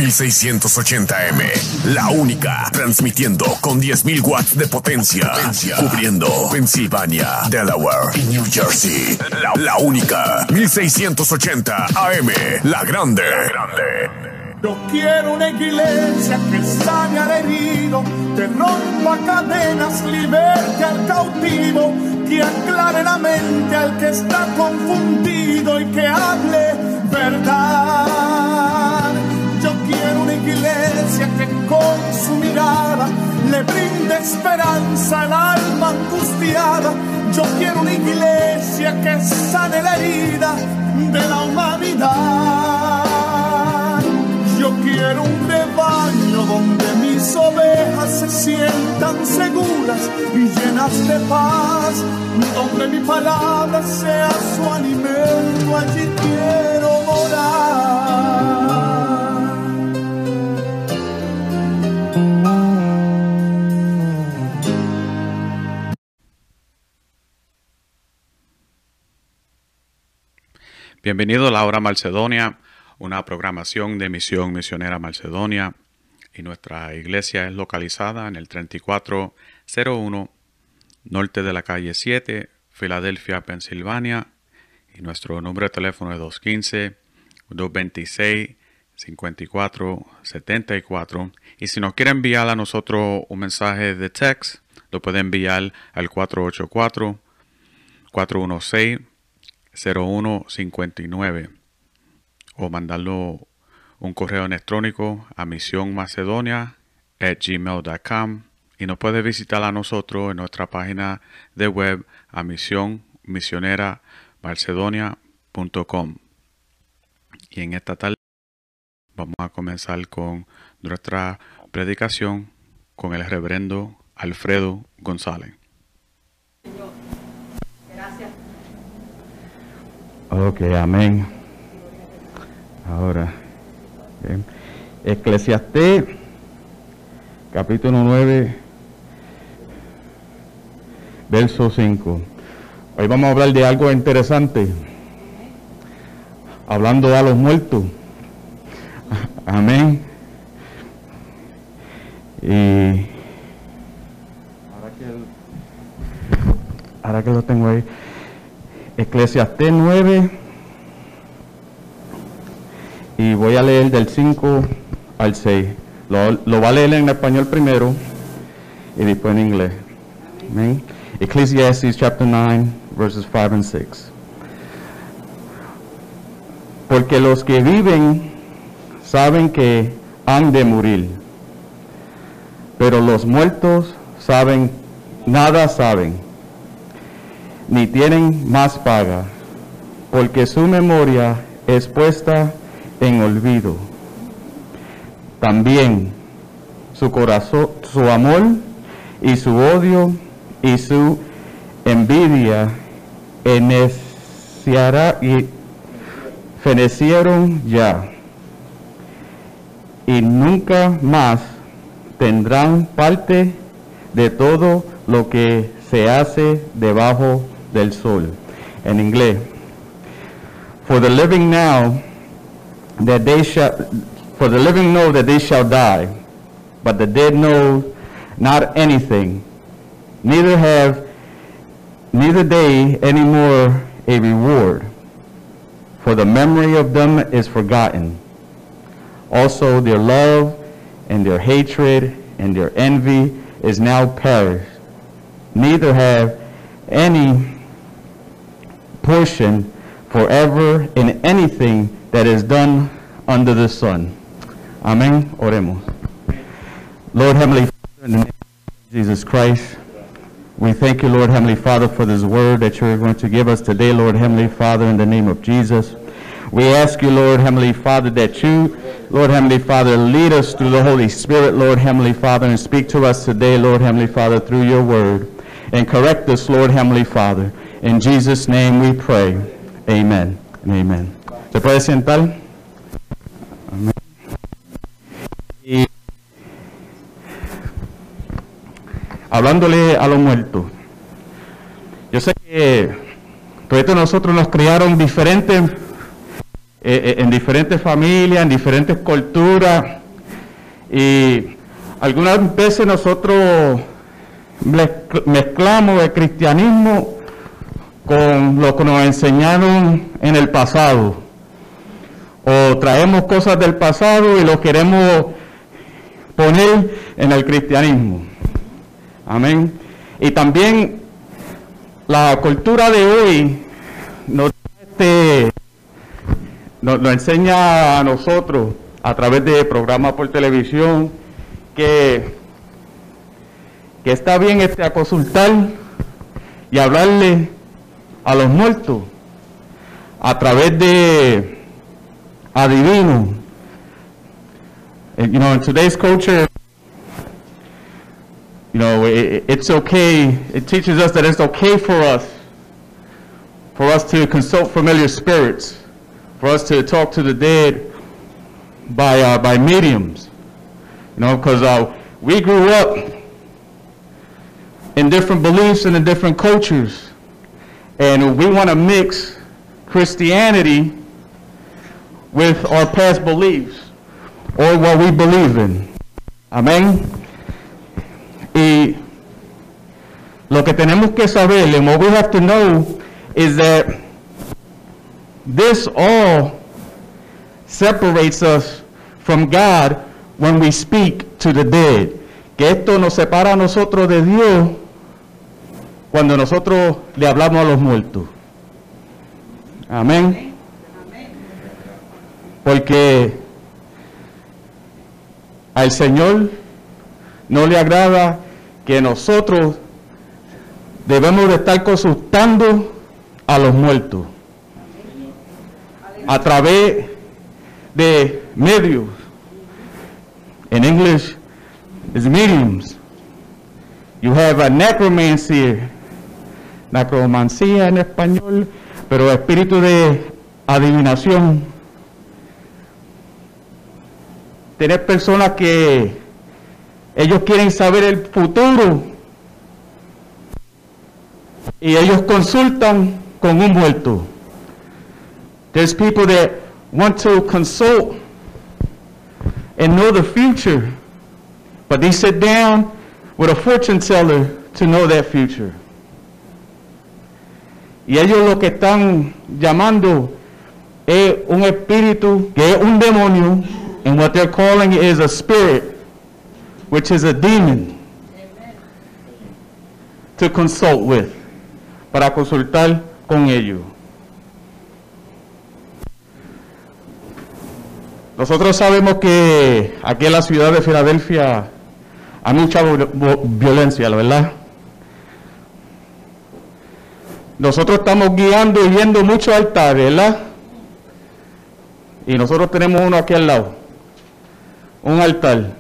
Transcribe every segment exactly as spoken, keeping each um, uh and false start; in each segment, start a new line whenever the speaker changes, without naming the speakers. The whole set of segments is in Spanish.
mil seiscientos ochenta M, la única, transmitiendo con diez mil watts de potencia, potencia, cubriendo Pensilvania, Delaware y New Jersey. La, la única, mil seiscientos ochenta A M, la grande. La grande.
Yo quiero una iglesia que sane al herido, que rompa cadenas, liberte al cautivo, que aclare la mente al que está confundido y que hable verdad. Yo quiero una iglesia que con su mirada le brinde esperanza al alma angustiada. Yo quiero una iglesia que sane la herida de la humanidad. Yo quiero un rebaño donde mis ovejas se sientan seguras y llenas de paz, donde mi palabra sea su alimento, allí quiero morar.
Bienvenido a la Hora Macedonia, una programación de Misión Misionera Macedonia, y nuestra iglesia es localizada en el treinta y cuatro cero uno norte de la calle siete, Filadelfia, Pensilvania, y nuestro número de teléfono es dos uno cinco, dos dos seis, cinco cuatro siete cuatro, y si nos quiere enviar a nosotros un mensaje de text, lo puede enviar al cuatro ocho cuatro, cuatro uno seis, cero uno cinco nueve o mandarlo un correo electrónico a misión macedonia at gmail punto com, y nos puede visitar a nosotros en nuestra página de web a misión misionera macedonia punto com. Y en esta tarde vamos a comenzar con nuestra predicación con el reverendo Alfredo González.
Ok, amén. Ahora, bien. Eclesiastés, capítulo nueve, verso cinco. Hoy vamos a hablar de algo interesante, hablando a los muertos. Amén. Y ahora que, el, ahora que lo tengo ahí, Eclesiastés nueve, y voy a leer del cinco al seis. Lo, lo va a leer en español primero y después en inglés. Amén. Ecclesiastes chapter nine, verses five and six. Porque los que viven saben que han de morir, pero los muertos saben, nada saben, ni tienen más paga, porque su memoria es puesta en olvido. También su corazón, su amor y su odio y su envidia eneciará y fenecieron ya, y nunca más tendrán parte de todo lo que se hace debajo del sol. En inglés. For the living now that they shall, for the living know that they shall die, but the dead know not anything, neither have neither they any more a reward, for the memory of them is forgotten. Also their love and their hatred and their envy is now perished, neither have any portion forever in anything that is done under the sun. Amén. Oremos. Lord Heavenly Father, in the name of Jesus Christ, we thank you, Lord Heavenly Father, for this word that you're going to give us today, Lord Heavenly Father, in the name of Jesus. We ask you, Lord Heavenly Father, that you, Lord Heavenly Father, lead us through the Holy Spirit, Lord Heavenly Father, and speak to us today, Lord Heavenly Father, through your word, and correct us, Lord Heavenly Father. In Jesus' name we pray. Amen and amen. ¿Se puede sentar? Amén. Y hablándole a los muertos. Yo sé que todos nosotros nos criaron diferentes eh, en diferentes familias, en diferentes culturas. Y algunas veces nosotros mezclamos el cristianismo con lo que nos enseñaron en el pasado. O traemos cosas del pasado y lo queremos poner en el cristianismo. Amén. Y también la cultura de hoy nos, este, nos, nos enseña a nosotros a través de programas por televisión que, que está bien este, a consultar y hablarle a los muertos a través de adivinos. You know, in today's culture, you know, it, it's okay, it teaches us that it's okay for us, for us to consult familiar spirits, for us to talk to the dead by, uh, by mediums, you know, because uh, we grew up in different beliefs and in different cultures, and we want to mix Christianity with our past beliefs or what we believe in. Amén. Y lo que tenemos que saber, and what we have to know, is that this all separates us from God when we speak to the dead. Que esto nos separa a nosotros de Dios cuando nosotros le hablamos a los muertos. Amén. Porque al Señor no le agrada que nosotros debemos de estar consultando a los muertos a través de medios. In English, is mediums. You have a necromancy, necromancia en español, pero espíritu de adivinación. Tener personas que ellos quieren saber el futuro y ellos consultan con un muerto. There's people that want to consult and know the future, but they sit down with a fortune teller to know that future. Y ellos lo que están llamando es un espíritu, que es un demonio, and what they're calling is a spirit, which is a demon, to consult with, para consultar con ellos. Nosotros sabemos que aquí en la ciudad de Filadelfia hay mucha violencia, ¿la verdad? Nosotros estamos guiando y viendo muchos altares, ¿verdad? Y nosotros tenemos uno aquí al lado, un altar.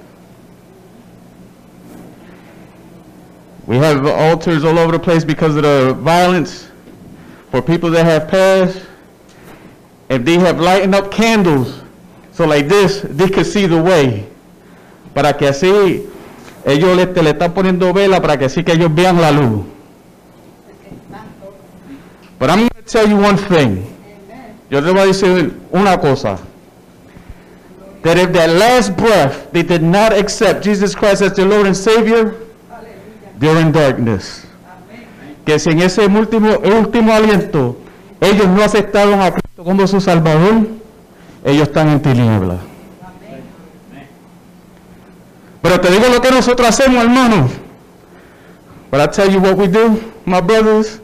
We have altars all over the place because of the violence for people that have passed. If they have lightened up candles, so like this, they could see the way. Para que así, ellos le, le están poniendo vela para que así que ellos vean la luz. But I'm going to tell you one thing. Yo les voy a decir una cosa. That if that last breath they did not accept Jesus Christ as their Lord and Savior, they're in darkness. Que si en ese último, último aliento ellos no aceptaron a Cristo como su Salvador, ellos están en tinieblas. Pero te digo lo que nosotros hacemos, hermanos. But I tell you what we do, my brothers.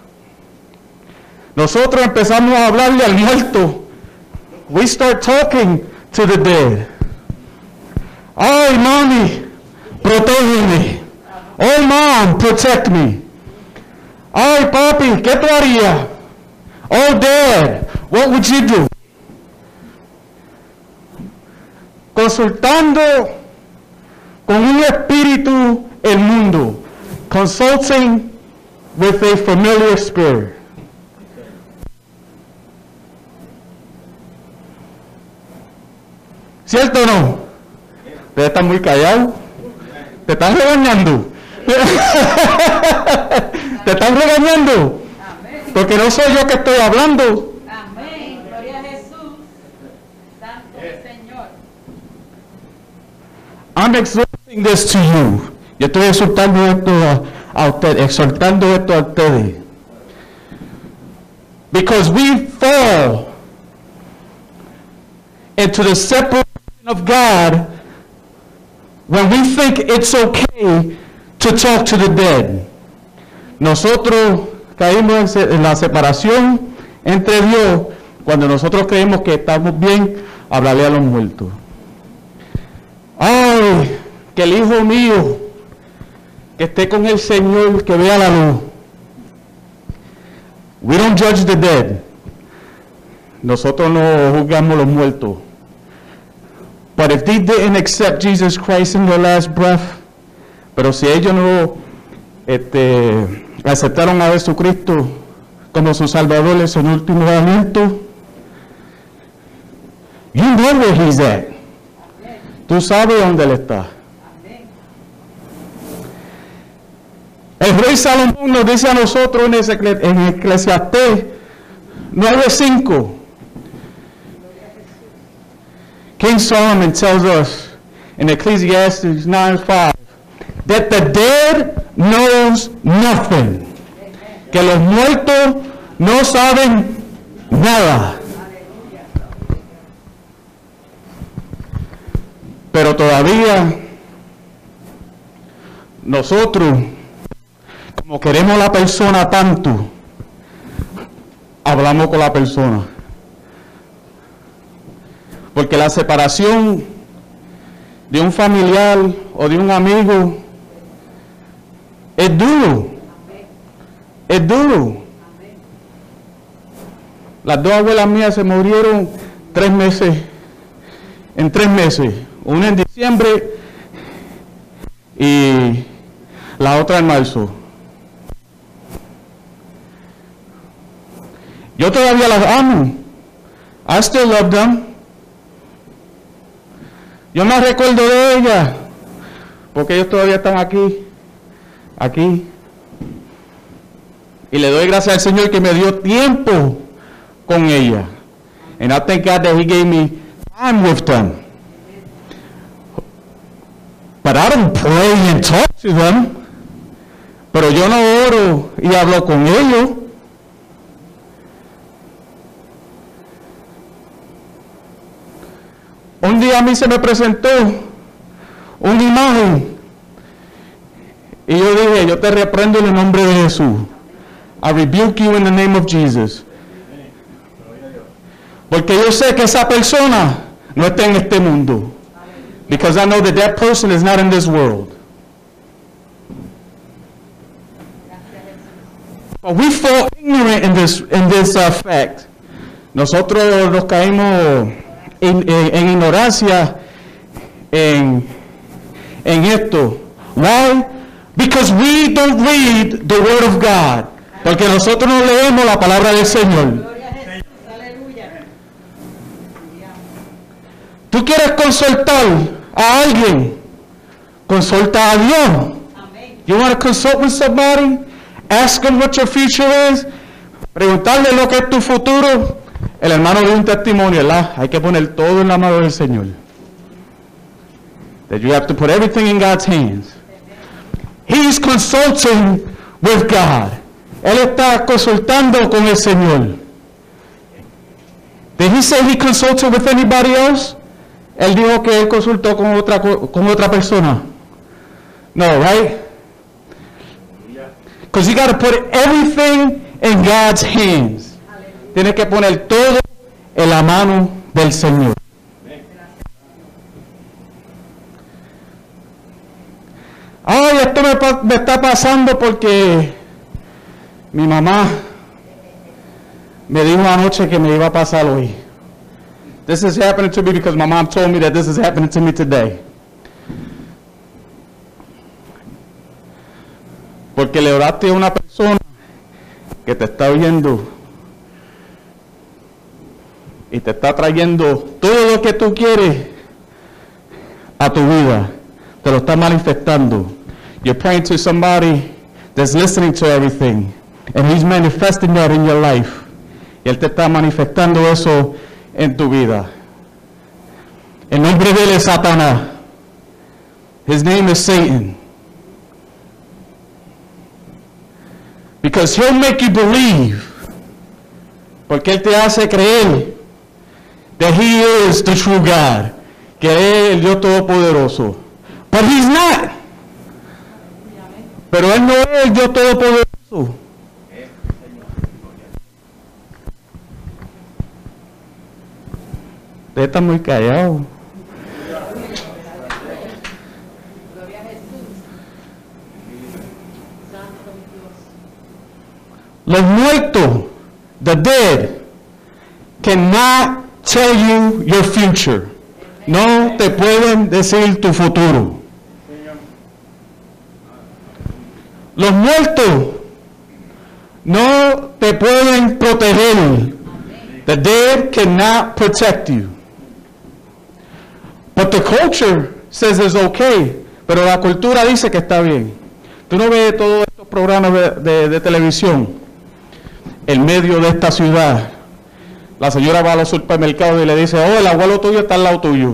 Nosotros empezamos a hablarle al muerto. We start talking to the dead. Ay, mami, protégeme. Oh, mom, protect me. Ay, papi, ¿qué tú harías? Oh, dad, what would you do? Consultando con un espíritu el mundo. Consulting with a familiar spirit. ¿Cierto o no? Ustedes están muy callados. Te están regañando. Te están regañando. Porque no soy yo que estoy hablando.
Amén. Gloria a Jesús.
I'm exhorting this to you. Yo estoy exhortando esto a, a usted, exhortando esto a ustedes. Because we fall into the separation of God when we think it's okay to talk to the dead. Nosotros caímos en la separación entre Dios cuando nosotros creemos que estamos bien hablarle a los muertos. Ay, que el hijo mío que esté con el Señor, que vea la luz. We don't judge the dead. Nosotros no juzgamos los muertos. But if they didn't accept Jesus Christ in their last breath, pero si ellos no este, aceptaron a Jesucristo como su Salvador en su último aliento, you know where he's at. Tú sabes dónde él está. El rey Salomón nos dice a nosotros en Eclesiastés nueve cinco. King Solomon tells us in Ecclesiastes nine five that the dead knows nothing. Que los muertos no saben nada. Pero todavía nosotros, como queremos la persona tanto, hablamos con la persona. Porque la separación de un familiar o de un amigo es duro. Es duro. Las dos abuelas mías se murieron tres meses, en tres meses. Una en diciembre y la otra en marzo. Yo todavía las amo. I still love them. Yo me recuerdo de ellas porque ellos todavía están aquí, aquí. Y le doy gracias al Señor que me dio tiempo con ella. And I thank God that He gave me time with them. But I don't pray and talk to them. Pero yo no oro y hablo con ellos. Un día a mí se me presentó una imagen y yo dije, yo te reprendo en el nombre de Jesús. I rebuke you in the name of Jesus. Porque yo sé que esa persona no está en este mundo. Because I know that that person is not in this world. But we fall ignorant in this, in this uh, fact. Nosotros nos caímos en, en, en ignorancia en, en esto. Why? Because we don't read the Word of God. Porque nosotros no leemos la palabra del Señor. Tú quieres consultar a alguien, consulta a Dios. You want to consult with somebody? Ask them what your future is. Preguntarle lo que es tu futuro. El hermano dio un testimonio, ¿verdad? Hay que poner todo en la mano del Señor. That you have to put everything in God's hands. He's consulting with God. Él está consultando con el Señor. Did he say he consulted with anybody else? Él dijo que él consultó con otra, con otra persona. No, right? Because you got to put everything in God's hands. Tienes que poner todo en la mano del Señor. Ay, esto me, me está pasando porque mi mamá me dijo anoche que me iba a pasar hoy. This is happening to me because my mom told me that this is happening to me today. Porque le oraste a una persona que te está oyendo y te está trayendo todo lo que tú quieres a tu vida. Te lo está manifestando. You're praying to somebody that's listening to everything, and he's manifesting that in your life. Y él te está manifestando eso en tu vida.
El nombre de él es Satanás. His name is Satan. Because he'll make you believe, porque él te hace creer that he is the true God, que es el Dios Todopoderoso. But he's not. Pero él no es el Dios Todopoderoso. Usted está muy callado. Los muertos, the dead, cannot tell you your future. No te pueden decir tu futuro. Los muertos no te pueden proteger. The dead cannot protect you. But the culture says it's okay. Pero la cultura dice que está bien. Tú no ves todos estos programas de, de, de televisión en medio de esta ciudad. La señora va a los supermercados y le dice, oh, el abuelo tuyo está al lado tuyo.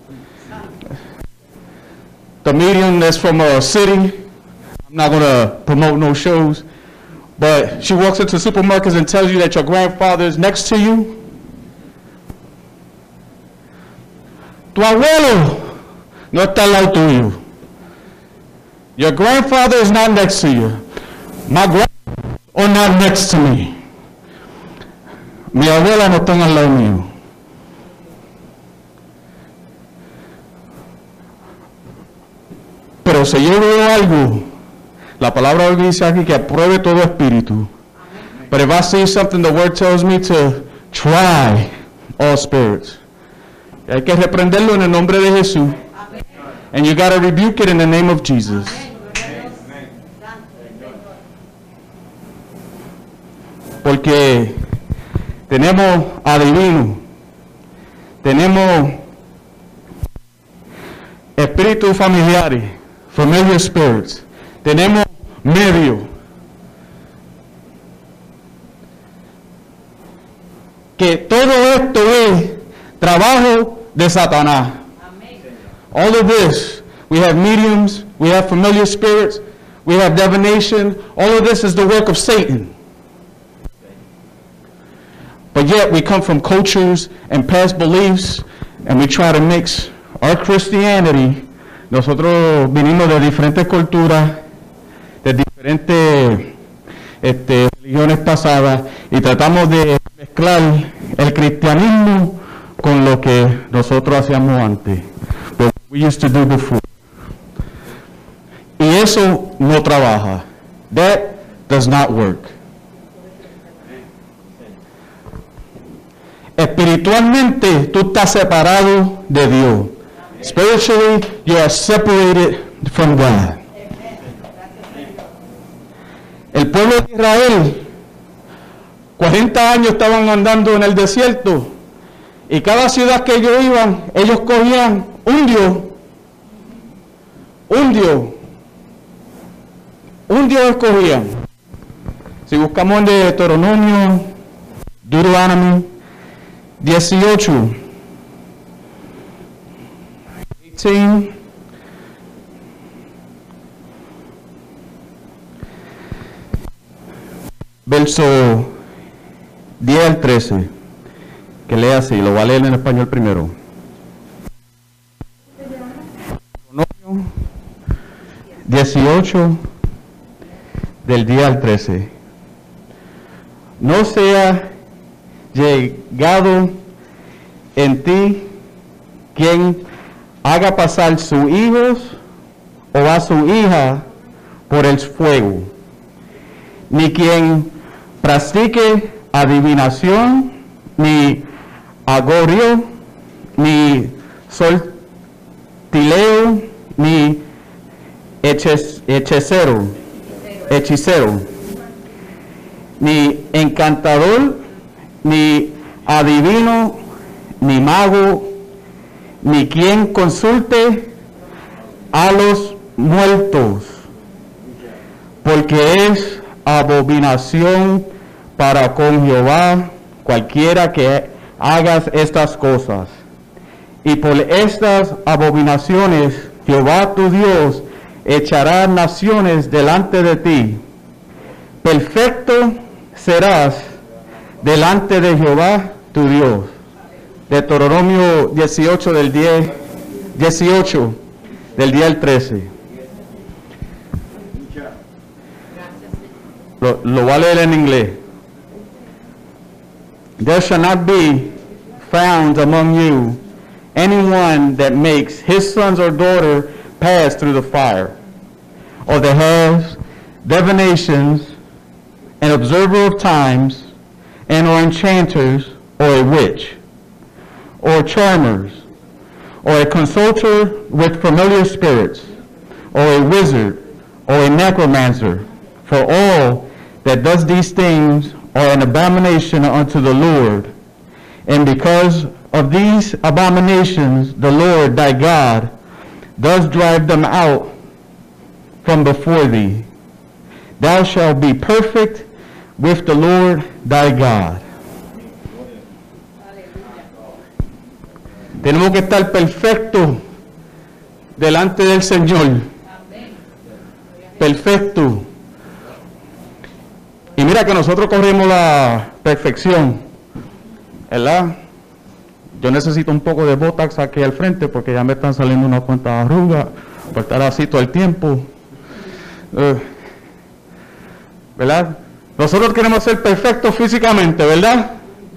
The medium is from a city. I'm not going to promote no shows. But she walks into supermarkets and tells you that your grandfather is next to you. Tu abuelo no está al lado tuyo. Your grandfather is not next to you. My grandfather is not next to me. Mi abuela no está al lado mío. Pero si yo veo algo, la palabra dice aquí que apruebe todo espíritu. But if I see something, the word tells me to try all spirits. Hay que reprenderlo en el nombre de Jesús. And you got to rebuke it in the name of Jesus. Porque tenemos adivinos, tenemos espíritus familiares, familiar spirits, tenemos medio, que todo esto es trabajo de Satanás. All of this, we have mediums, we have familiar spirits, we have divination, all of this is the work of Satan. But yet we come from cultures and past beliefs and we try to mix our Christianity. Nosotros vinimos de diferentes culturas, de diferentes este, religiones pasadas y tratamos de mezclar el cristianismo con lo que nosotros hacíamos antes. What we used to do before. Y eso no trabaja. That does not work. Espiritualmente, tú estás separado de Dios. Spiritually, you are separated from God. El pueblo de Israel, cuarenta años estaban andando en el desierto y cada ciudad que ellos iban, ellos cogían un dios, un dios, un dios escogían. Si buscamos en Deuteronomio, Deuteronomy dieciocho, dieciocho, verso diez al trece, que lea así, lo voy a leer en español primero. dieciocho, del diez al trece. No sea llegado en ti quien haga pasar sus hijos o a su hija por el fuego, ni quien practique adivinación, ni agorio, ni sortileo, ni hechicero, hechicero, ni encantador, ni adivino, ni mago, ni quien consulte a los muertos, porque es abominación para con Jehová cualquiera que haga estas cosas.
y por estas abominaciones Jehová tu Dios echará naciones delante de ti. Perfecto serás delante de Jehová tu Dios. Deuteronomio dieciocho del diez, dieciocho del diez al trece. Lo, lo voy a leer en inglés. There shall not be found among you anyone that makes his sons or daughter pass through the fire, or that has divinations, an observer of times, and or enchanters, or a witch, or charmers, or a consulter with familiar spirits, or a wizard, or a necromancer. For all that does these things are an abomination unto the Lord. And because of these abominations, the Lord thy God does drive them out from before thee. Thou shalt be perfect with the Lord thy God. Tenemos que estar perfectos delante del Señor. Perfecto. Y mira que nosotros corremos la perfección, ¿verdad? Yo necesito un poco de Botox aquí al frente porque ya me están saliendo unas cuantas arrugas por estar así todo el tiempo. Uh, ¿Verdad? Nosotros queremos ser perfectos físicamente, ¿verdad?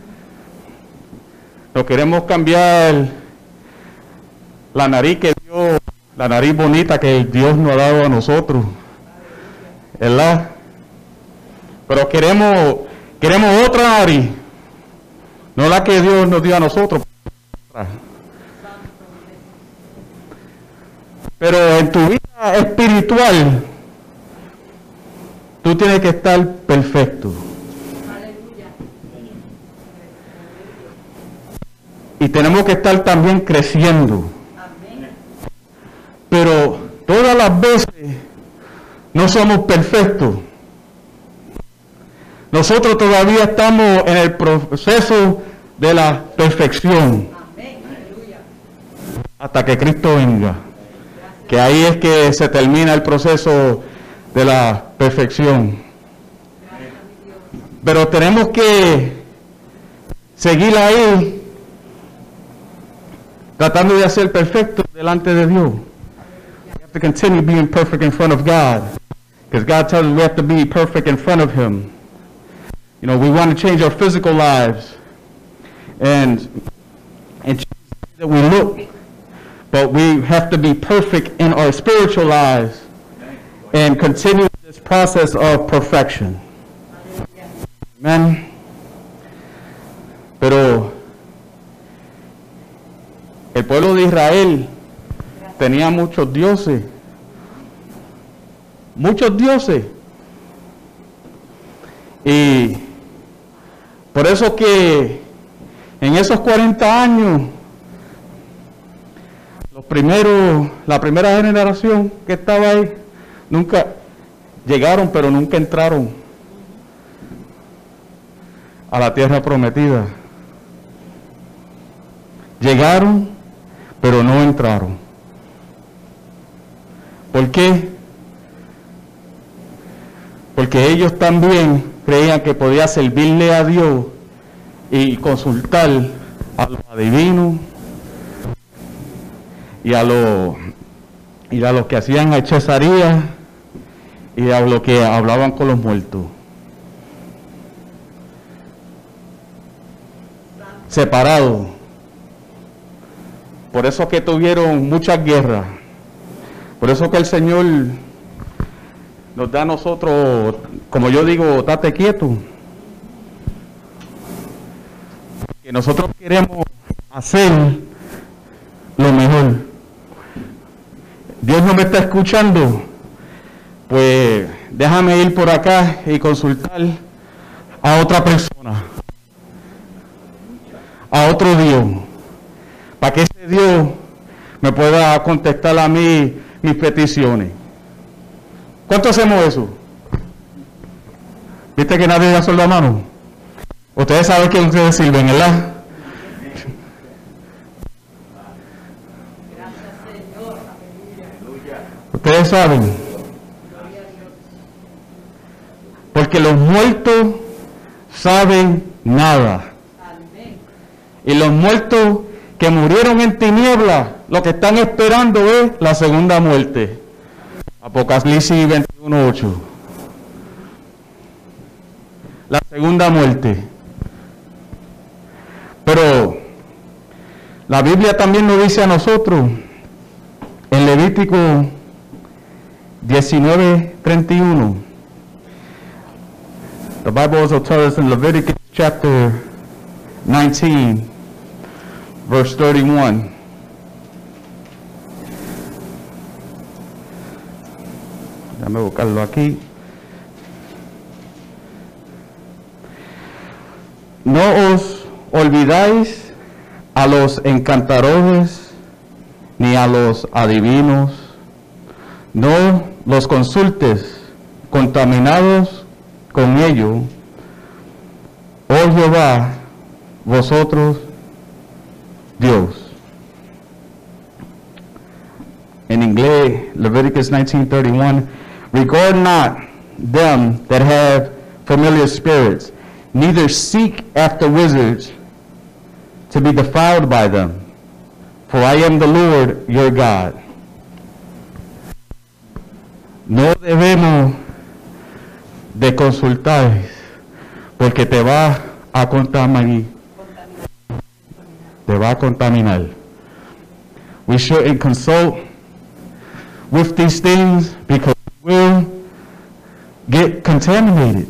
No queremos cambiar la nariz que Dios, la nariz bonita que Dios nos ha dado a nosotros, ¿verdad? Pero queremos, queremos otra nariz, no la que Dios nos dio a nosotros. Pero en tu vida espiritual, tú tienes que estar perfecto. Y tenemos que estar también creciendo. Pero todas las veces no somos perfectos. Nosotros todavía estamos en el proceso de la perfección. Hasta que Cristo venga. Que ahí es que se termina el proceso de la perfección. Pero tenemos que seguir ahí tratando de ser perfectos delante de Dios. We have to continue being perfect in front of God, because God tells us we have to be perfect in front of Him. You know, we want to change our physical lives and and change the way that we look, but we have to be perfect in our spiritual lives and continue this process of perfection. Amen. Pero el pueblo de Israel tenía muchos dioses, muchos dioses. Y por eso que en esos cuarenta años, los primeros, la primera generación que estaba ahí, nunca llegaron, pero nunca entraron a la tierra prometida. Llegaron, pero no entraron. ¿Por qué? Porque ellos también creían que podía servirle a Dios y consultar a los adivinos y a los y a los que hacían hechicería y a los que hablaban con los muertos. Separados. Por eso que tuvieron muchas guerras. Por eso que el Señor nos da a nosotros, como yo digo, date quieto. Que nosotros queremos hacer lo mejor. Dios no me está escuchando, pues déjame ir por acá y consultar a otra persona, a otro Dios, para que ese Dios me pueda contestar a mí mis peticiones. ¿Cuánto hacemos eso? ¿Viste que nadie alzó la mano? Ustedes saben que ustedes sirven, ¿verdad?
Ustedes saben. Porque los muertos saben nada. Y los muertos que murieron en tinieblas, lo que están esperando es la segunda muerte. Apocalipsis veintiuno ocho. La segunda muerte. Pero la Biblia también nos dice a nosotros, en Levítico diecinueve treinta y uno, the Bible also tells us in Leviticus chapter nineteen, verse thirty-one. Déjame buscarlo aquí. No os olvidáis a los encantadores ni a los adivinos, no los consultes contaminados con ello, oh Jehová, vosotros, Dios. En inglés, Leviticus nineteen thirty-one, regard not them that have familiar spirits, neither seek after wizards to be defiled by them, for I am the Lord your God. No debemos de consultar, porque te va a contaminar. Te va a contaminar. We shouldn't consult with these things because we will get contaminated.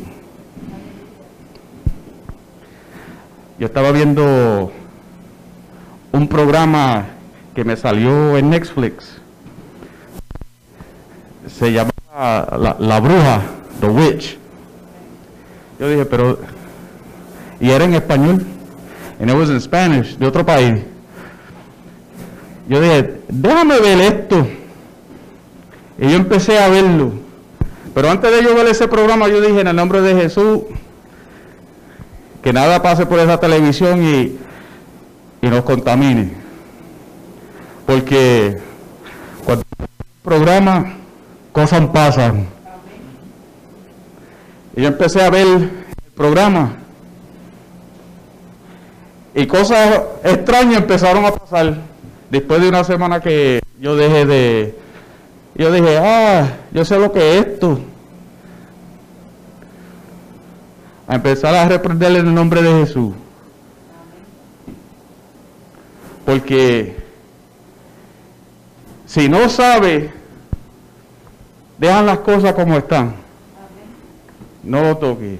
Yo estaba viendo un programa que me salió en Netflix. Se llama La, la Bruja, The Witch. Yo dije, pero... Y era en español. And it was in Spanish, de otro país. Yo dije, déjame ver esto. Y yo empecé a verlo. Pero antes de yo ver ese programa, yo dije, en el nombre de Jesús, que nada pase por esa televisión y, y nos contamine. Porque cuando el programa, cosas pasan. Y yo empecé a ver el programa. Y cosas extrañas empezaron a pasar. Después de una semana que yo dejé de... Yo dije, ah, yo sé lo que es esto. A empezar a reprenderle en el nombre de Jesús. Porque si no sabe, dejan las cosas como están. No lo toque.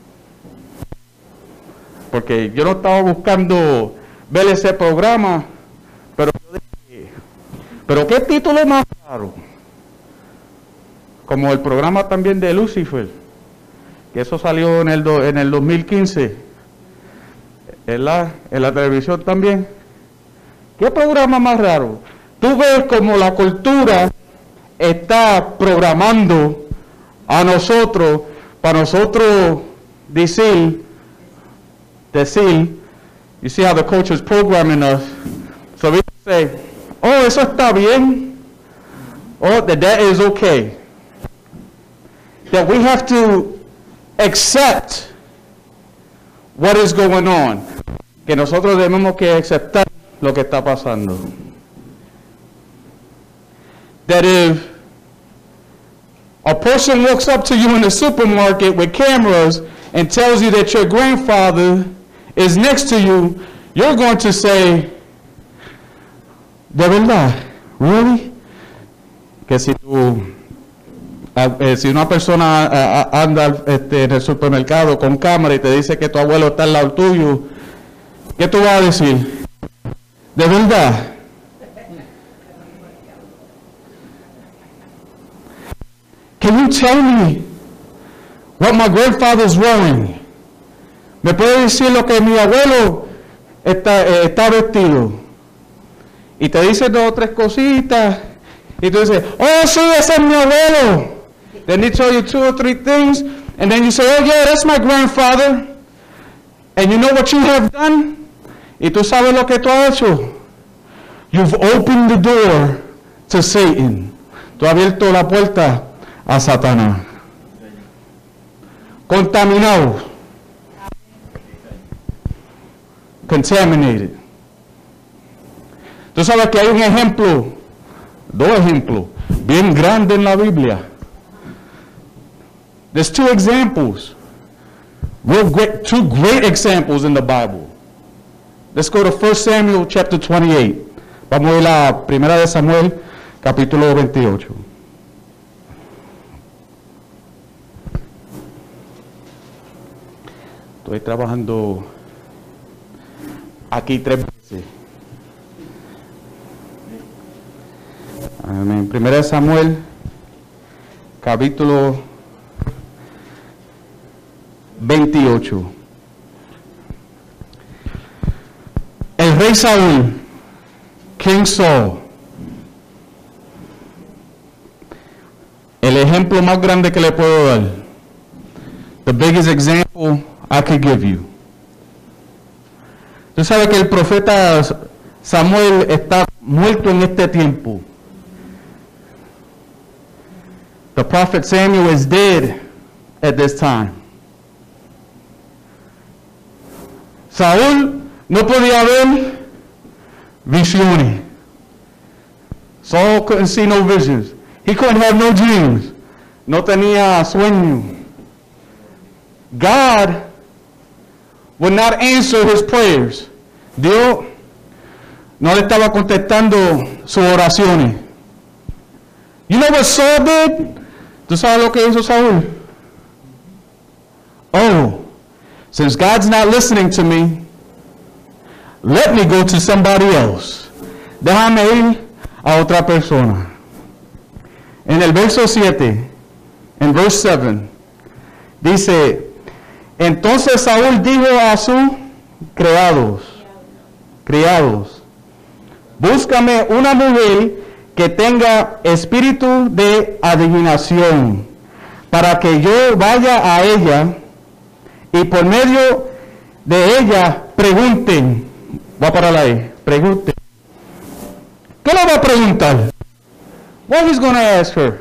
Porque yo no estaba buscando ver ese programa, pero yo dije, pero qué título más raro. Como el programa también de Lucifer, que eso salió en el, do, en el dos mil quince, en la, en la televisión también. ¿Qué programa más raro? Tú ves como la cultura está programando a nosotros, para nosotros decir, decir, you see how the culture is programming us, so we say, oh, eso está bien, oh, that that is okay. That we have to accept what is going on. Que nosotros debemos que aceptar lo que está pasando. That if a person walks up to you in the supermarket with cameras and tells you that your grandfather is next to you, you're going to say, ¿de verdad? Really? Que si tú... Eh, si una persona eh, anda este, en el supermercado con cámara y te dice que tu abuelo está al lado tuyo, ¿qué tú vas a decir? ¿De verdad? Can you tell me what my grandfather's wearing? ¿Me puede decir lo que mi abuelo está, eh, está vestido? Y te dice dos o tres cositas y tú dices, oh sí, ese es mi abuelo. Then they tell you two or three things, and then you say, oh yeah, that's my grandfather. And you know what you have done? Y tú sabes lo que tú has hecho. You've opened the door to Satan. Tú has abierto la puerta a Satanás. Contaminado. Contaminated. Tú sabes que hay un ejemplo, dos ejemplos, bien grandes en la Biblia. There's two examples, real great, two great examples in the Bible. Let's go to First Samuel chapter twenty-eight. Vamos a ir a la primera de Samuel, capítulo veintiocho. Estoy trabajando aquí tres veces. En primera de Samuel, capítulo veintiocho. El rey Saúl, King Saul, el ejemplo más grande que le puedo dar, the biggest example I could give you. Tú sabes que el profeta Samuel está muerto en este tiempo. The prophet Samuel is dead at this time. Saúl no podía ver visiones. Saul couldn't see no visions. He couldn't have no dreams. No tenía sueño. God would not answer his prayers. Dios no le estaba contestando sus oraciones. You know what Saul did? ¿Tú sabes lo que hizo Saúl? Oh, since God's not listening to me, let me go to somebody else. Déjame ir a otra persona. En el verso siete, en verse seven, dice, entonces Saúl dijo a sus criados, criados, búscame una mujer que tenga espíritu de adivinación, para que yo vaya a ella y por medio de ella pregunten. Va para la E, pregunten. ¿Qué le va a preguntar? What he's going to ask her?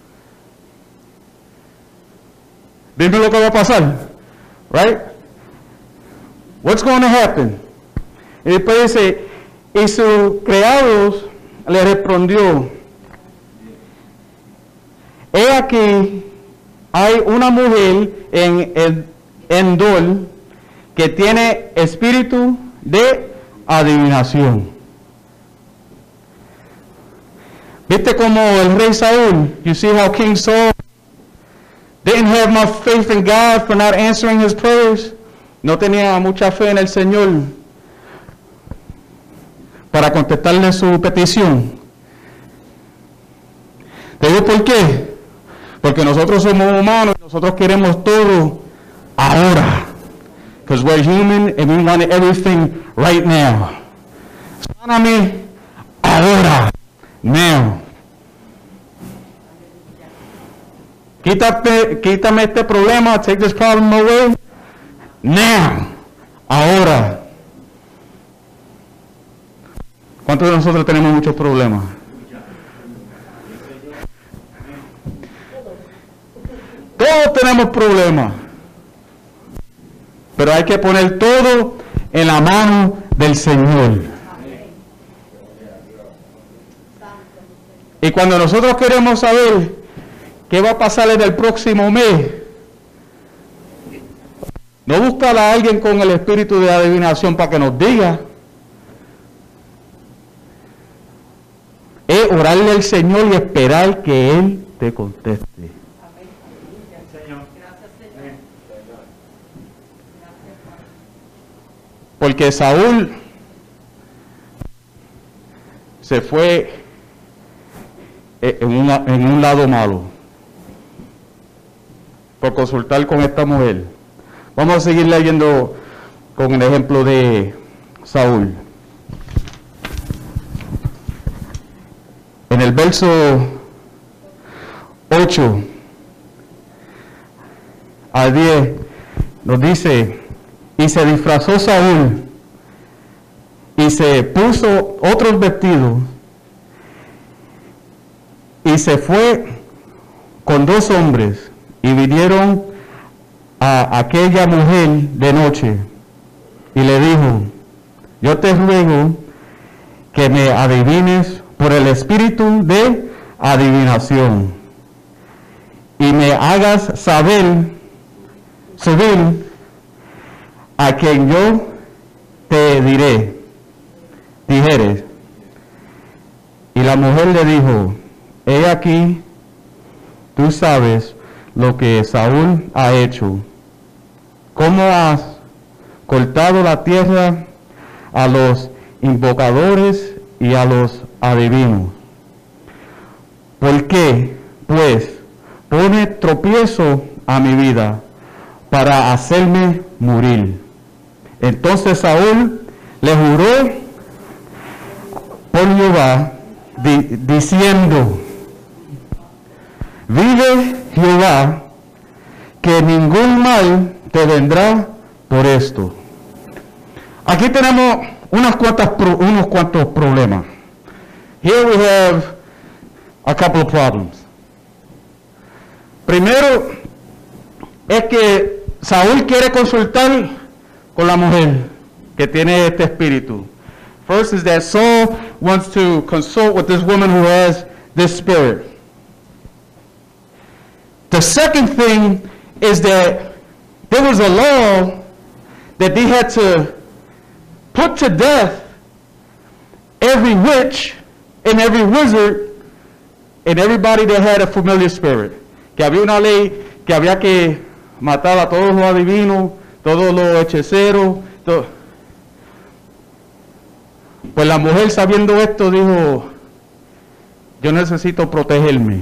Dime lo que va a pasar. Right? What's going to happen? Y después dice, y sus criados le respondió, he aquí, hay una mujer en el Endor que tiene espíritu de adivinación. ¿Viste como el rey Saúl? You see how King Saul didn't have much faith in God for not answering his prayers? No tenía mucha fe en el Señor para contestarle su petición. ¿Te digo por qué? Porque nosotros somos humanos y nosotros queremos todo ahora. Because we're human and we want everything right now. Sáname ahora. Now. Quítate, quítame este problema. Take this problem away. Now. Ahora. ¿Cuántos de nosotros tenemos muchos problemas? Todos tenemos problemas. Pero hay que poner todo en la mano del Señor. Y cuando nosotros queremos saber qué va a pasar en el próximo mes, no buscar a alguien con el espíritu de adivinación para que nos diga. Es orarle al Señor y esperar que Él te conteste. Porque Saúl se fue en, una, en un lado malo por consultar con esta mujer. Vamos a seguir leyendo con el ejemplo de Saúl. En el verso ocho a diez nos dice, y se disfrazó Saúl y se puso otros vestidos
y se fue con dos hombres y vinieron a aquella mujer de noche y le dijo, yo te ruego que me adivines por el espíritu de adivinación y me hagas saber, subir a quien yo te diré, dijeres. Y la mujer le dijo, he aquí, tú sabes lo que Saúl ha hecho, cómo has cortado la tierra a los invocadores y a los adivinos. ¿Por qué, pues, pone tropiezo a mi vida para hacerme morir? Entonces Saúl le juró por Jehová, di, diciendo, vive Jehová, que ningún mal te vendrá por esto. Aquí tenemos unas cuantas, unos cuantos problemas. Here we have a couple of problems. Primero es que Saúl quiere consultar con la mujer que tiene este espíritu. First is that Saul wants to consult with this woman who has this spirit. The second thing is that there was a law that they had to put to death every witch and every wizard and everybody that had a familiar spirit. Que había una ley que había que matar a todos los adivinos, todos los hechiceros. Todo. Pues la mujer, sabiendo esto, dijo, yo necesito protegerme.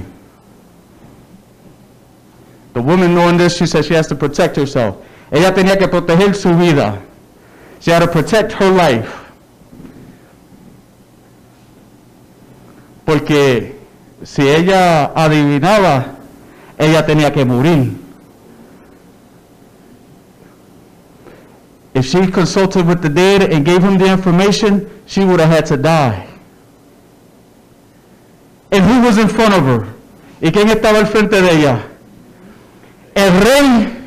The woman, knowing this, she said she has to protect herself. Ella tenía que proteger su vida. She had to protect her life. Porque si ella adivinaba, ella tenía que morir. If she consulted with the dead and gave him the information, she would have had to die. And who was in front of her? ¿Y quién estaba al frente de ella? El rey.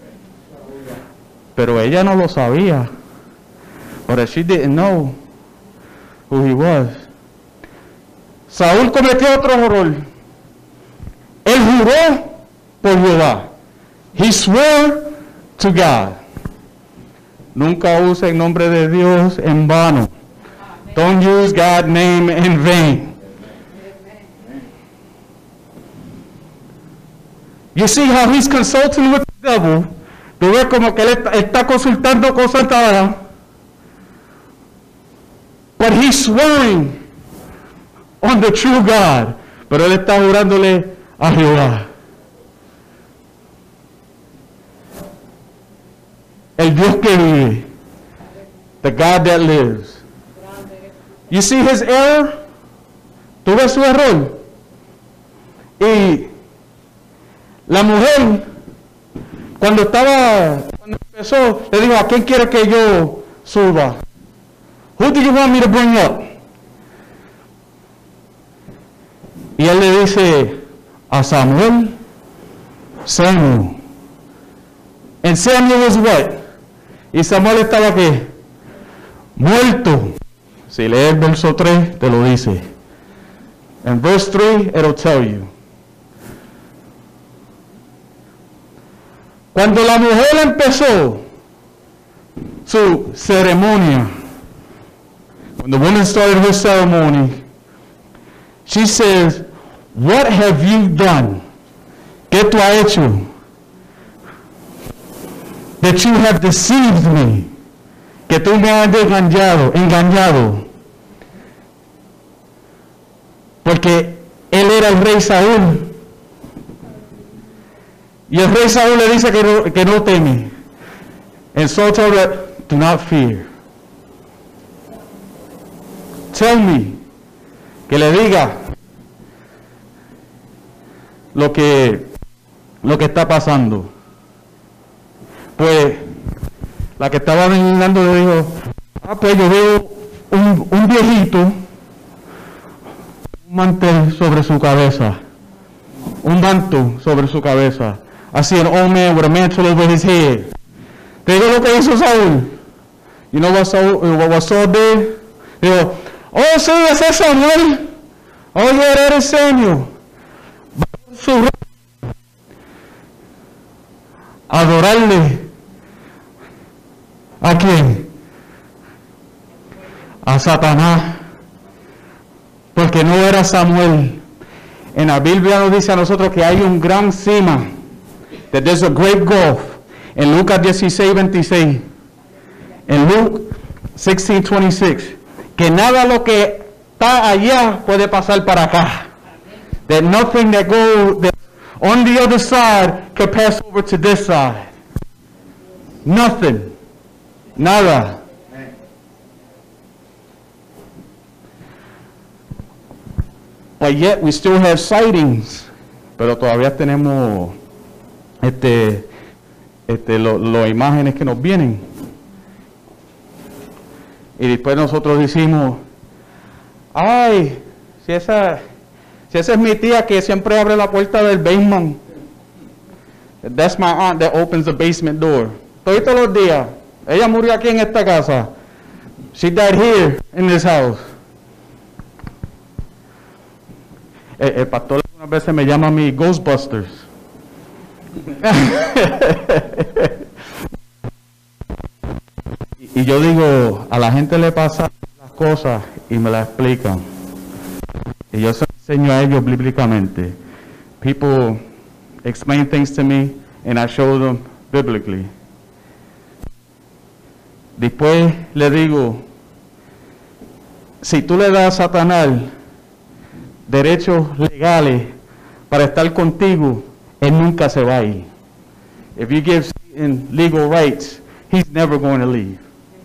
Pero ella no lo sabía. But she didn't know who he was. Saúl cometió otro error. Él juró por Jehová. He swore to God. Nunca use el nombre de Dios en vano. Don't use God's name in vain. You see how he's consulting with the devil. Tú ves como que él está, está consultando con Satanás. But he's swearing on the true God. Pero él está jurándole a Jehová. El Dios que vive. The God that lives. You see his error? ¿Tú ves su error? Y la mujer, cuando estaba, cuando empezó, le dijo, ¿a quién quiere que yo suba? Who do you want me to bring up? Y él le dice a Samuel, Samuel. And Samuel was what? Y Samuel estaba ¿qué? Muerto. Si lees el verso tres, te lo dice. En verse three, it'll tell you. Cuando la mujer empezó su ceremonia, when the woman started her ceremony, she says, what have you done? ¿Qué tú has hecho? That you have deceived me. Que tú me has engañado, engañado. Porque él era el rey Saúl. Y el rey Saúl le dice que no, que no teme. And Saul told her, do not fear. Tell me, que le diga lo que, lo que está pasando. Pues la que estaba mirando le dijo, ah, pues yo veo un, un viejito, un
un mantel sobre su cabeza, un manto sobre su cabeza. I see an old man with a mantle over his head. ¿Te digo lo que hizo Saúl? You know what Saul, what Saul did? Dijo, oh sí, ese es Samuel. Oh yeah, that is Samuel. Su adorarle. ¿A quién? A Satanás. Porque no era Samuel. En la Biblia nos dice a nosotros que hay un gran cima. That there's a great gulf. En Lucas dieciséis veintiséis. En Luke sixteen twenty-six. Que nada lo que está allá puede pasar para acá. That nothing that go that on the other side can pass over to this side. Nothing. Nada. But yet we still have sightings. Pero todavía tenemos este, este, las lo imágenes que nos vienen. Y después nosotros decimos, ay, si esa, si esa es mi tía que siempre abre la puerta del basement. That's my aunt that opens the basement door. Todos los días. Ella murió aquí en esta casa. She died here in this house. El, el pastor algunas veces me llama a mí Ghostbusters. y, y yo digo, a la gente le pasa las cosas y me las explican. Y yo se lo enseño a ellos bíblicamente. People explain things to me and I show them biblically. Después le digo, si tú le das a Satanás derechos legales para estar contigo, él nunca se va a ir. If you give Satan legal rights, he's never going to leave.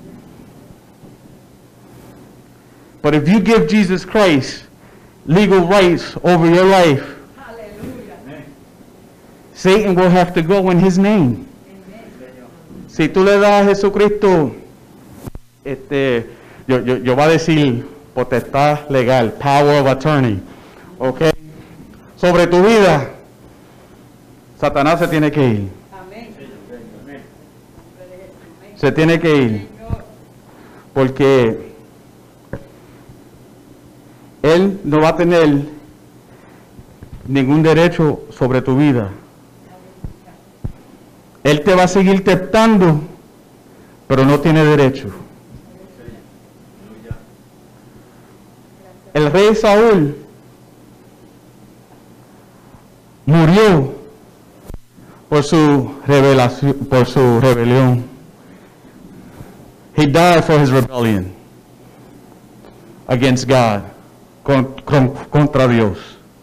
But if you give Jesus Christ legal rights over your life, hallelujah, Satan will have to go in his name. Si tú le das a Jesucristo, este, yo, yo, yo voy a decir potestad legal, power of attorney, ¿ok? Sobre tu vida, Satanás se tiene que ir. Amén. Se tiene que ir. Porque él no va a tener ningún derecho sobre tu vida. Él te va a seguir tentando, pero no tiene derecho. El rey Saúl murió por su revelación, por su rebelión. He died for his rebellion against God, con, con, contra Dios.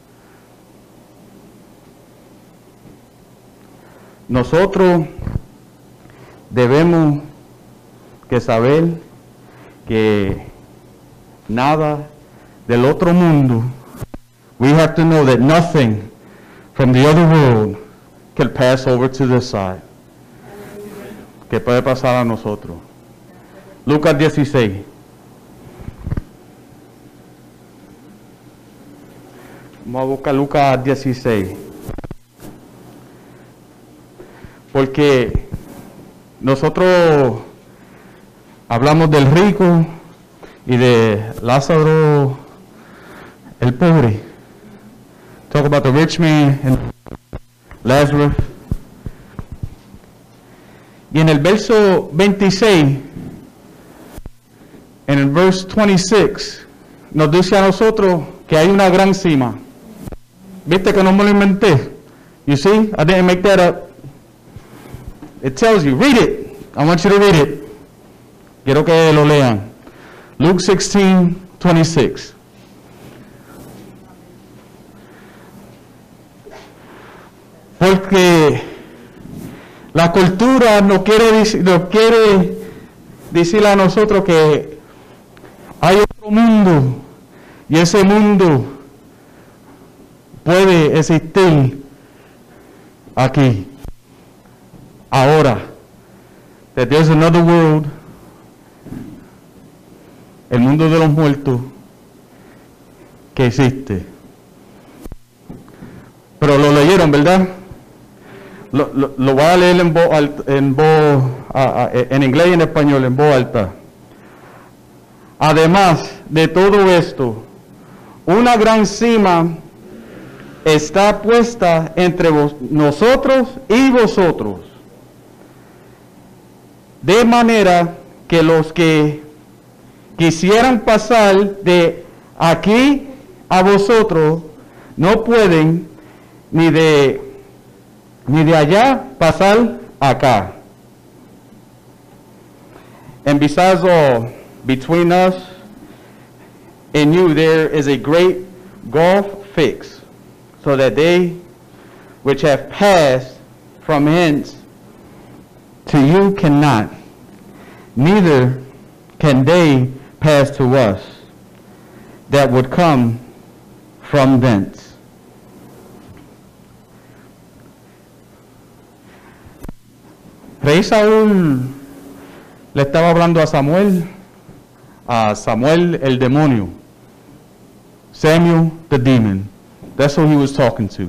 Nosotros debemos que saber que nada del otro mundo, we have to know that nothing from the other world can pass over to this side. Que puede pasar a nosotros. Lucas dieciséis. Vamos a buscar Lucas dieciséis. Porque nosotros hablamos del rico y de Lázaro el pobre. Talk about the rich man and Lazarus. Y en el verso veintiséis, en el verso veintiséis, nos dice a nosotros que hay una gran cima. ¿Viste que no me lo inventé? You see, I didn't make that up. It tells you, read it. I want you to read it. Quiero que lo lean. Luke sixteen twenty-six. Porque la cultura no quiere, no quiere decir a nosotros que hay otro mundo y ese mundo puede existir aquí, ahora. That there's another world, el mundo de los muertos, que que existe. Pero lo leyeron, ¿verdad? Lo, lo, lo voy a leer en voz, alta, en, voz a, a, en inglés y en español, en voz alta. Además de todo esto, una gran cima está puesta entre vos, nosotros y vosotros, de manera que los que quisieran pasar de aquí a vosotros no pueden, ni de ni de allá pasar acá. And besides all, between us and you there is a great gulf fixed, so that they which have passed from hence to you cannot, neither can they pass to us that would come from thence. Rey Saúl le estaba hablando a Samuel, a Samuel el demonio, Samuel the demon. That's who he was talking to.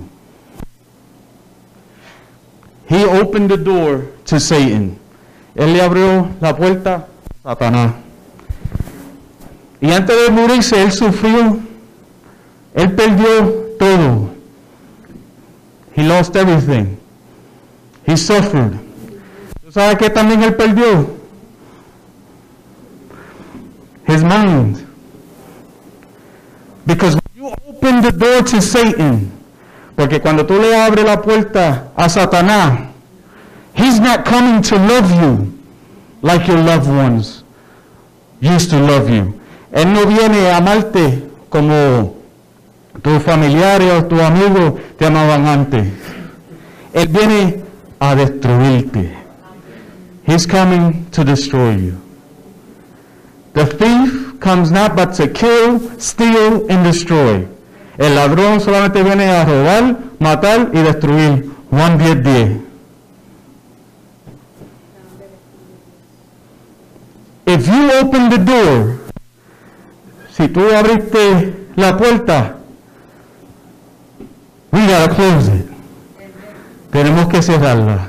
He opened the door to Satan. Él le abrió la puerta a Satanás. Y antes de morirse, él sufrió, él perdió todo. He lost everything. He suffered. ¿Sabe qué también él perdió? His mind. Because when you open the door to Satan, porque cuando tú le abres la puerta a Satanás, he's not coming to love you like your loved ones used to love you. Él no viene a amarte como tus familiares o tus amigos te amaban antes. Él viene a destruirte. He's coming to destroy you. The thief comes not but to kill, steal, and destroy. El ladrón solamente viene a robar, matar y destruir. Juan diez diez. If you open the door, si tú abriste la puerta, we gotta close it. Tenemos que cerrarla.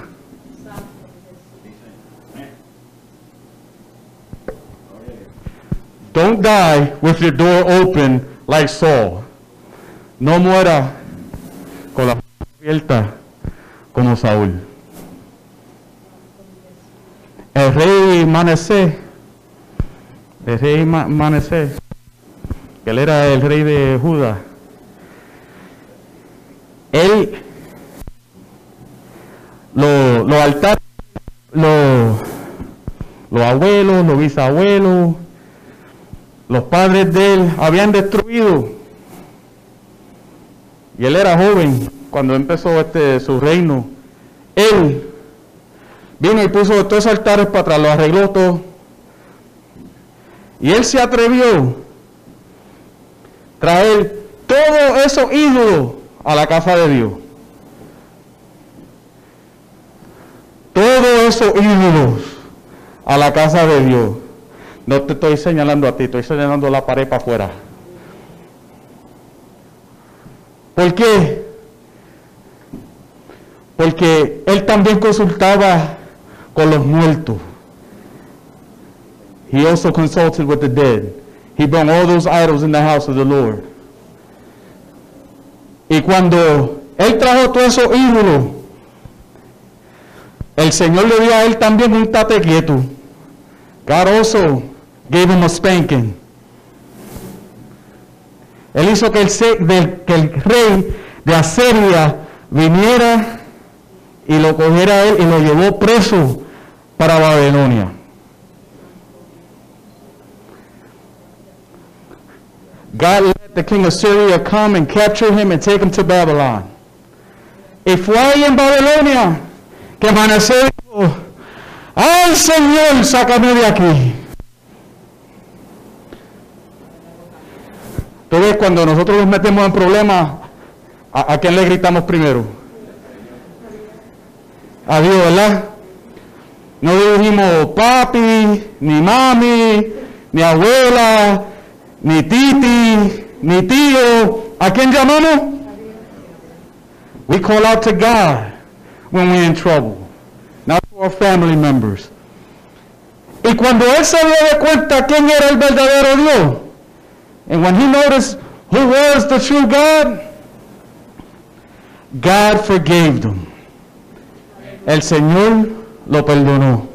Don't die with your door open like Saul. No muera con la puerta abierta como Saúl. El rey Manasés, el rey Manasés, que él era el rey de Judá, él, los lo altares, los lo abuelos, los bisabuelos, los padres de él habían destruido. Y él era joven cuando empezó este su reino. Él vino y puso todos esos altares para atrás, los arregló todo. Y él se atrevió a traer todos esos ídolos a la casa de Dios. Todos esos ídolos a la casa de Dios. No te estoy señalando a ti, estoy señalando la pared para afuera. ¿Por qué? Porque él también consultaba con los muertos. He also consulted with the dead. He brought all those idols in the house of the Lord. Y cuando él trajo todos esos ídolos, el Señor le dio a él también un tate quieto. God also gave him a spanking. Él hizo que el, del, que el rey de Asiria viniera y lo cogiera a él y lo llevó preso para Babilonia. God let the king of Syria come and capture him and take him to Babylon. Y fue ahí en Babilonia que Manasés dijo: ¡ay, Señor, sácame de aquí! Tú ves, cuando nosotros nos metemos en problemas, ¿a, a quién le gritamos primero? A Dios, ¿verdad? No dijimos papi, ni mami, ni abuela, ni titi, ni tío. ¿A quién llamamos? We call out to God when we're in trouble, not to our family members. Y cuando él se dio cuenta quién era el verdadero Dios, and when he noticed who was the true God, God forgave them. El Señor lo perdonó.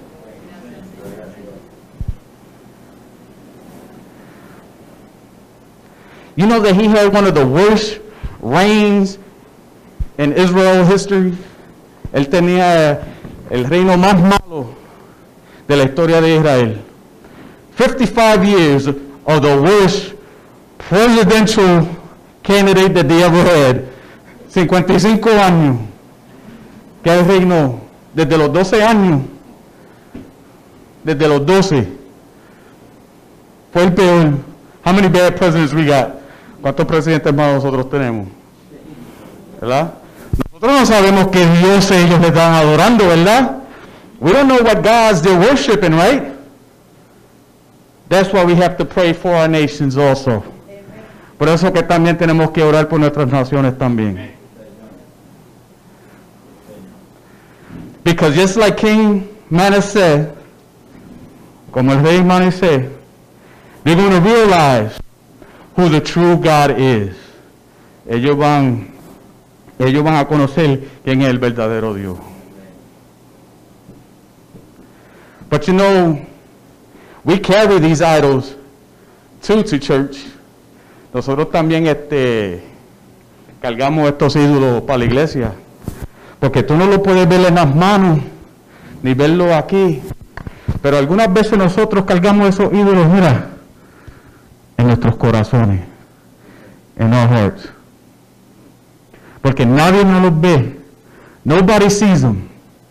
You know that he had one of the worst reigns in Israel history. Él tenía el reino más malo de la historia de Israel. fifty-five years of the worst presidential candidate that they ever had. cincuenta y cinco años que él reinó. Desde los doce años. Desde los doce. Fue el peor. How many bad presidents we got? ¿Cuántos presidentes más nosotros tenemos? ¿Verdad? Nosotros no sabemos qué Dios ellos le están adorando, ¿verdad? We don't know what gods they're worshiping, right? That's why we have to pray for our nations also. Por eso que también tenemos que orar por nuestras naciones también. Because just like King Manasseh, como el rey Manasseh, they're going to realize who the true God is. Ellos van, ellos van a conocer quién es el verdadero Dios. But you know, we carry these idols too to church. Nosotros también este, cargamos estos ídolos para la iglesia. Porque tú no lo puedes ver en las manos, ni verlo aquí. Pero algunas veces nosotros cargamos esos ídolos, mira, en nuestros corazones, in our hearts. Porque nadie nos los ve. Nobody sees them.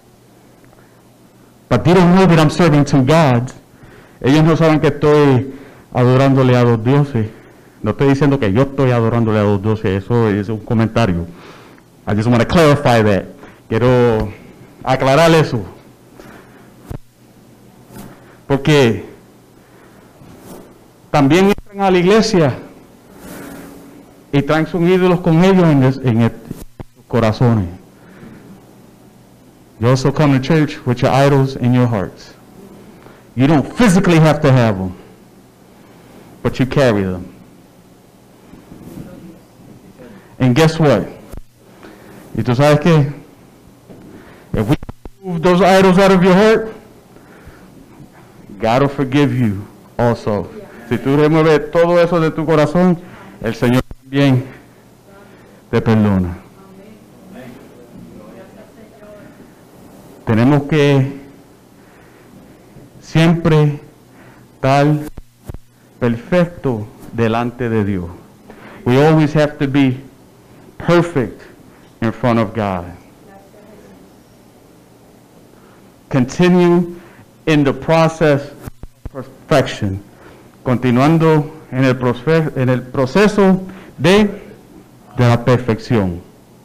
But they don't know that I'm serving two gods. Ellos no saben que estoy adorándole a dos dioses. No estoy diciendo que yo estoy adorándole a dos dioses. Eso es un comentario. I just want to clarify that. Quiero aclarar eso. Porque también entran a la iglesia y traen sus ídolos con ellos en, el, en, el, en sus corazones. You also come to church with your idols in your hearts. You don't physically have to have them, but you carry them. And guess what? ¿Y tú sabes qué? If we remove those idols out of your heart, God will forgive you also. Si tú remueves todo eso de tu corazón, el Señor también te perdona. Tenemos que siempre estar perfecto delante de Dios. We always have to be perfect in front of God. Continue in the process of perfection. Continuando en el, proce- en el proceso de, de la perfección.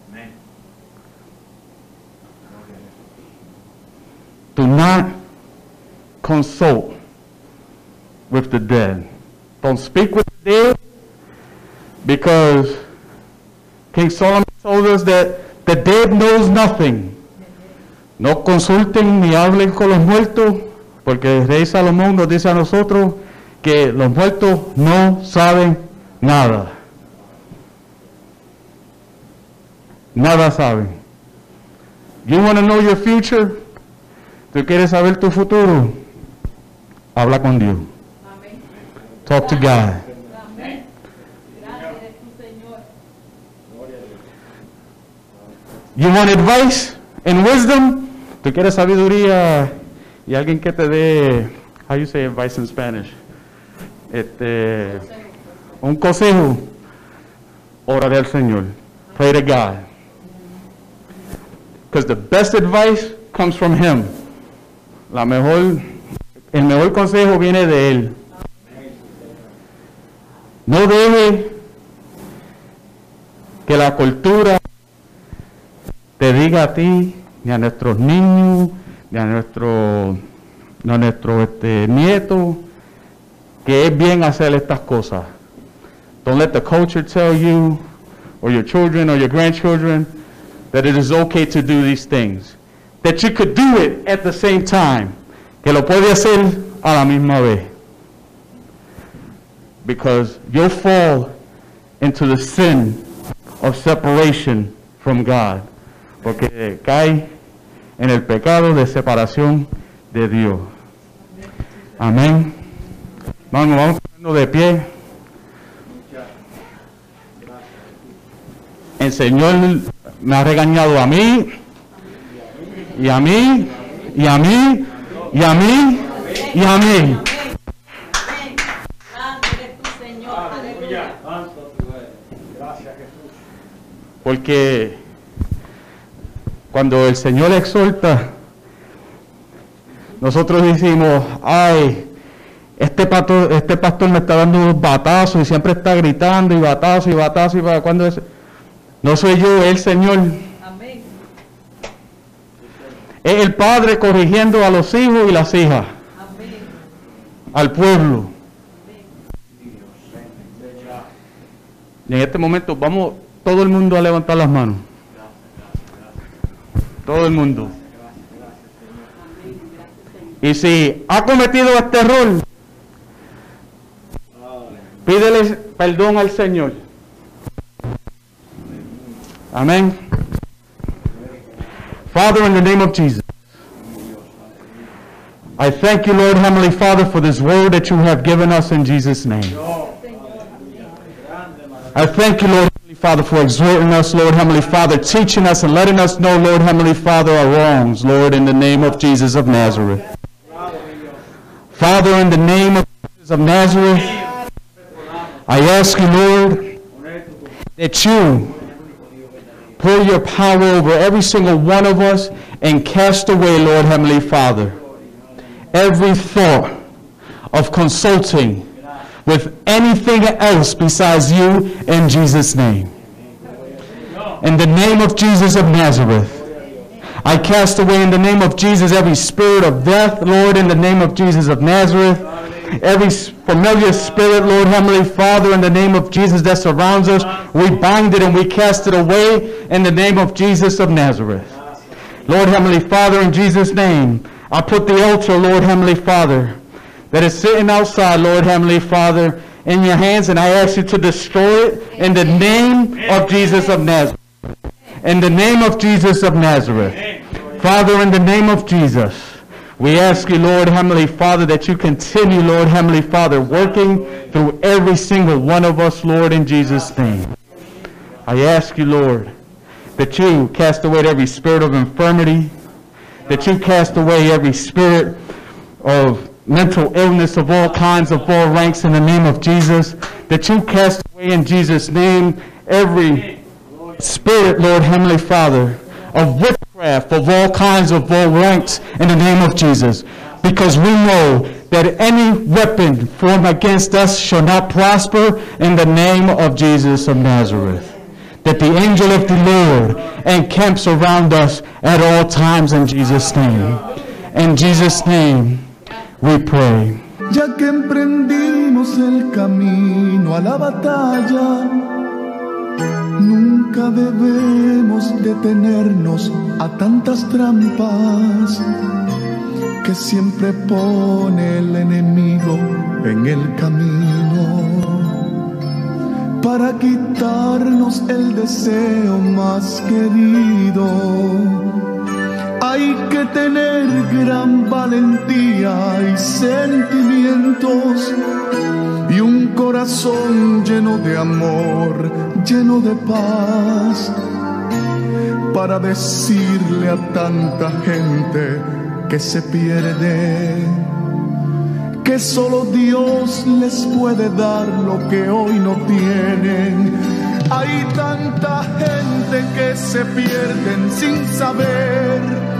Do not consult with the dead. Don't speak with the dead, because King Solomon told us that the dead knows nothing. No consulten ni hablen con los muertos, porque el rey Salomón nos dice a nosotros que los muertos no saben nada. Nada saben. You want to know your future? ¿Tú quieres saber tu futuro? Habla con Dios.
Amén.
Talk to God.
Amén. Gracias, tu Señor.
You want advice and wisdom? ¿Tú quieres sabiduría y alguien que te dé, how you say advice in Spanish? Este, un consejo. Órale al Señor. Pray to God. Because the best advice comes from Him. La mejor, el mejor consejo viene de Él. No deje que la cultura te diga a ti, ni a nuestros niños, ni a nuestros a nuestro, este, nietos, que es bien hacer estas cosas. Don't let the culture tell you, or your children, or your grandchildren, that it is okay to do these things. That you could do it at the same time. Que lo puede hacer a la misma vez. Because you'll fall into the sin of separation from God. Porque cae en el pecado de separación de Dios. Amén. Vamos, vamos poniendo de pie. El Señor me ha regañado a mí, y a mí, y a mí, y a mí, y a mí. Porque cuando el Señor exhorta, nosotros decimos, ay, este pastor, este pastor me está dando unos batazos y siempre está gritando y batazos y batazos y para cuando es... No soy yo, es el Señor.
Amén.
Es el Padre corrigiendo a los hijos y las hijas.
Amén.
Al pueblo. Y en este momento vamos todo el mundo a levantar las manos. Todo el mundo. Y si ha cometido este error, pídele perdón al Señor. Amén. Father, in the name of Jesus, I thank you, Lord Heavenly Father, for this word that you have given us in Jesus' name. I thank you, Lord Heavenly Father, for exhorting us, Lord Heavenly Father, teaching us and letting us know, Lord Heavenly Father, our wrongs, Lord, in the name of Jesus of Nazareth. Father, in the name of Jesus of Nazareth, I ask you, Lord, that you pour your power over every single one of us and cast away, Lord Heavenly Father, every thought of consulting with anything else besides you in Jesus' name. In the name of Jesus of Nazareth, I cast away in the name of Jesus every spirit of death, Lord, in the name of Jesus of Nazareth. Every familiar spirit, Lord Heavenly Father, in the name of Jesus that surrounds us, we bind it and we cast it away in the name of Jesus of Nazareth. Lord Heavenly Father, in Jesus' name, I put the altar, Lord Heavenly Father, that is sitting outside, Lord Heavenly Father, in your hands, and I ask you to destroy it in the name of Jesus of Nazareth. In the name of Jesus of Nazareth. Father, in the name of Jesus, we ask you, Lord Heavenly Father, that you continue, Lord Heavenly Father, working through every single one of us, Lord, in Jesus' name. I ask you, Lord, that you cast away every spirit of infirmity, that you cast away every spirit of mental illness of all kinds, of all ranks, in the name of Jesus, that you cast away in Jesus' name every spirit, Lord Heavenly Father, of witchcraft of all kinds, of all ranks, in the name of Jesus. Because we know that any weapon formed against us shall not prosper in the name of Jesus of Nazareth. That the angel of the Lord encamps around us at all times in Jesus' name. In Jesus' name we pray.
Ya que emprendimos el camino a la batalla, nunca debemos detenernos a tantas trampas que siempre pone el enemigo en el camino para quitarnos el deseo más querido. Hay que tener gran valentía y sentimientos y un corazón lleno de amor, lleno de paz, para decirle a tanta gente que se pierde que solo Dios les puede dar lo que hoy no tienen. Hay tanta gente que se pierden sin saber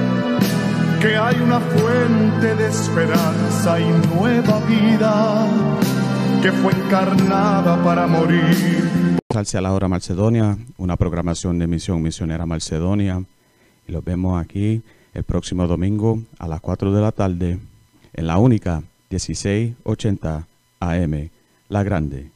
que hay una fuente de esperanza y nueva vida que fue encarnada para morir.
Hacia la hora Macedonia, una programación de Misión Misionera Macedonia, y los vemos aquí el próximo domingo a las cuatro de la tarde en la única dieciséis ochenta A M La Grande.